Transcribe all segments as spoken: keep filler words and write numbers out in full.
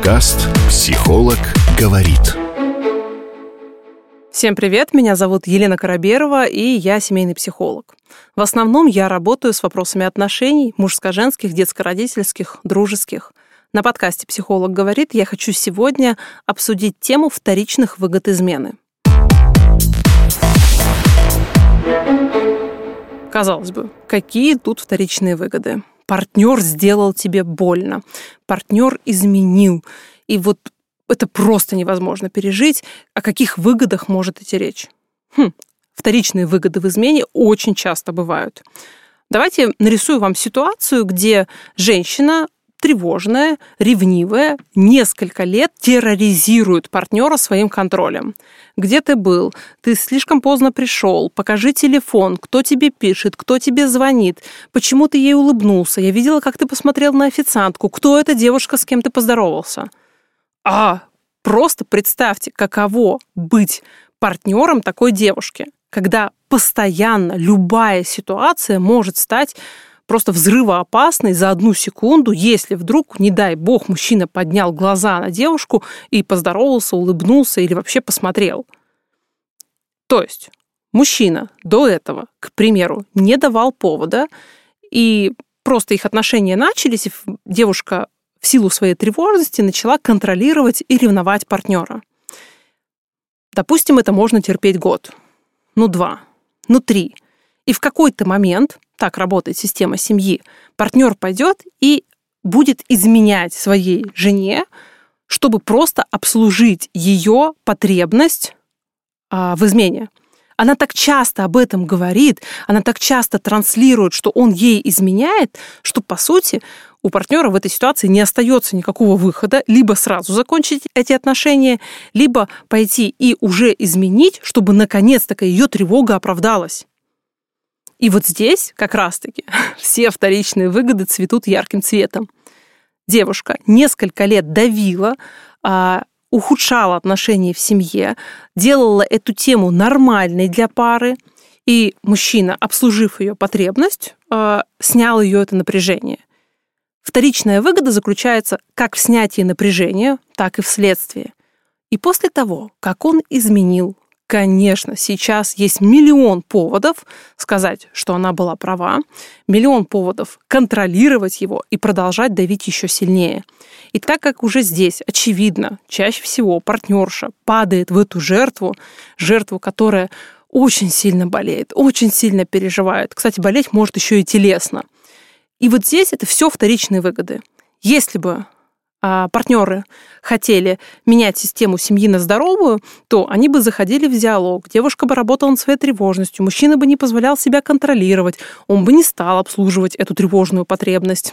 Подкаст «Психолог говорит». Всем привет, меня зовут Елена Короберова, и я семейный психолог. В основном я работаю с вопросами отношений, мужско-женских, детско-родительских, дружеских. На подкасте «Психолог говорит» я хочу сегодня обсудить тему вторичных выгод измены. Казалось бы, какие тут вторичные выгоды? Партнер сделал тебе больно, партнер изменил, и вот это просто невозможно пережить. О каких выгодах может идти речь? Хм, вторичные выгоды в измене очень часто бывают. Давайте нарисую вам ситуацию, где женщина тревожная, ревнивая, несколько лет терроризирует партнера своим контролем. Где ты был? Ты слишком поздно пришел. Покажи телефон. Кто тебе пишет? Кто тебе звонит? Почему ты ей улыбнулся? Я видела, как ты посмотрел на официантку. Кто эта девушка, с кем ты поздоровался? А, просто представьте, каково быть партнером такой девушки, когда постоянно любая ситуация может стать просто взрывоопасной за одну секунду, если вдруг, не дай бог, мужчина поднял глаза на девушку и поздоровался, улыбнулся или вообще посмотрел. То есть мужчина до этого, к примеру, не давал повода, и просто их отношения начались, и девушка в силу своей тревожности начала контролировать и ревновать партнера. Допустим, это можно терпеть год, ну два, ну три. И в какой-то момент, так работает система семьи, партнер пойдет и будет изменять своей жене, чтобы просто обслужить ее потребность а, в измене. Она так часто об этом говорит, она так часто транслирует, что он ей изменяет, что, по сути, у партнера в этой ситуации не остается никакого выхода, либо сразу закончить эти отношения, либо пойти и уже изменить, чтобы наконец-таки ее тревога оправдалась. И вот здесь как раз-таки все вторичные выгоды цветут ярким цветом. Девушка несколько лет давила, ухудшала отношения в семье, делала эту тему нормальной для пары, и мужчина, обслужив ее потребность, снял ее это напряжение. Вторичная выгода заключается как в снятии напряжения, так и в следствии. И после того, как он изменил, конечно, сейчас есть миллион поводов сказать, что она была права, миллион поводов контролировать его и продолжать давить еще сильнее. И так как уже здесь, очевидно, чаще всего партнерша падает в эту жертву, жертву, которая очень сильно болеет, очень сильно переживает. Кстати, болеть может еще и телесно. И вот здесь это все вторичные выгоды. Если бы а, партнеры хотели менять систему семьи на здоровую, то они бы заходили в диалог, девушка бы работала над своей тревожностью, мужчина бы не позволял себя контролировать, он бы не стал обслуживать эту тревожную потребность.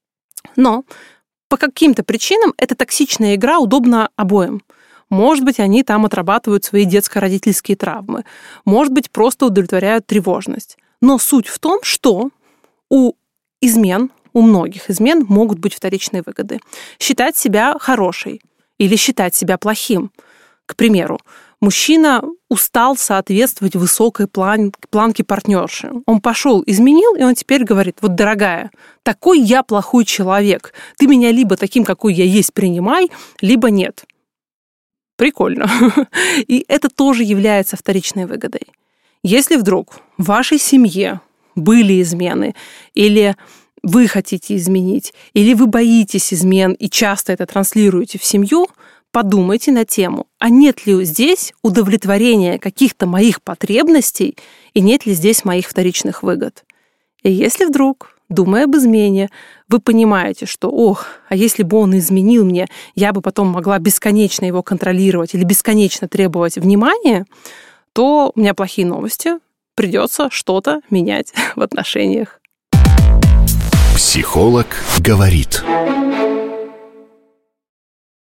Но по каким-то причинам эта токсичная игра удобна обоим. Может быть, они там отрабатывают свои детско-родительские травмы, может быть, просто удовлетворяют тревожность. Но суть в том, что у измен, у многих измен могут быть вторичные выгоды. Считать себя хорошей или считать себя плохим. К примеру, мужчина устал соответствовать высокой план- планке партнерши. Он пошел, изменил, и он теперь говорит: вот, дорогая, такой я плохой человек. Ты меня либо таким, какой я есть, принимай, либо нет. Прикольно. И это тоже является вторичной выгодой. Если вдруг в вашей семье были измены, или вы хотите изменить, или вы боитесь измен и часто это транслируете в семью, подумайте на тему, а нет ли здесь удовлетворения каких-то моих потребностей и нет ли здесь моих вторичных выгод. И если вдруг, думая об измене, вы понимаете, что, ох, а если бы он изменил мне, я бы потом могла бесконечно его контролировать или бесконечно требовать внимания, то у меня плохие новости. Придется что-то менять в отношениях. Психолог говорит.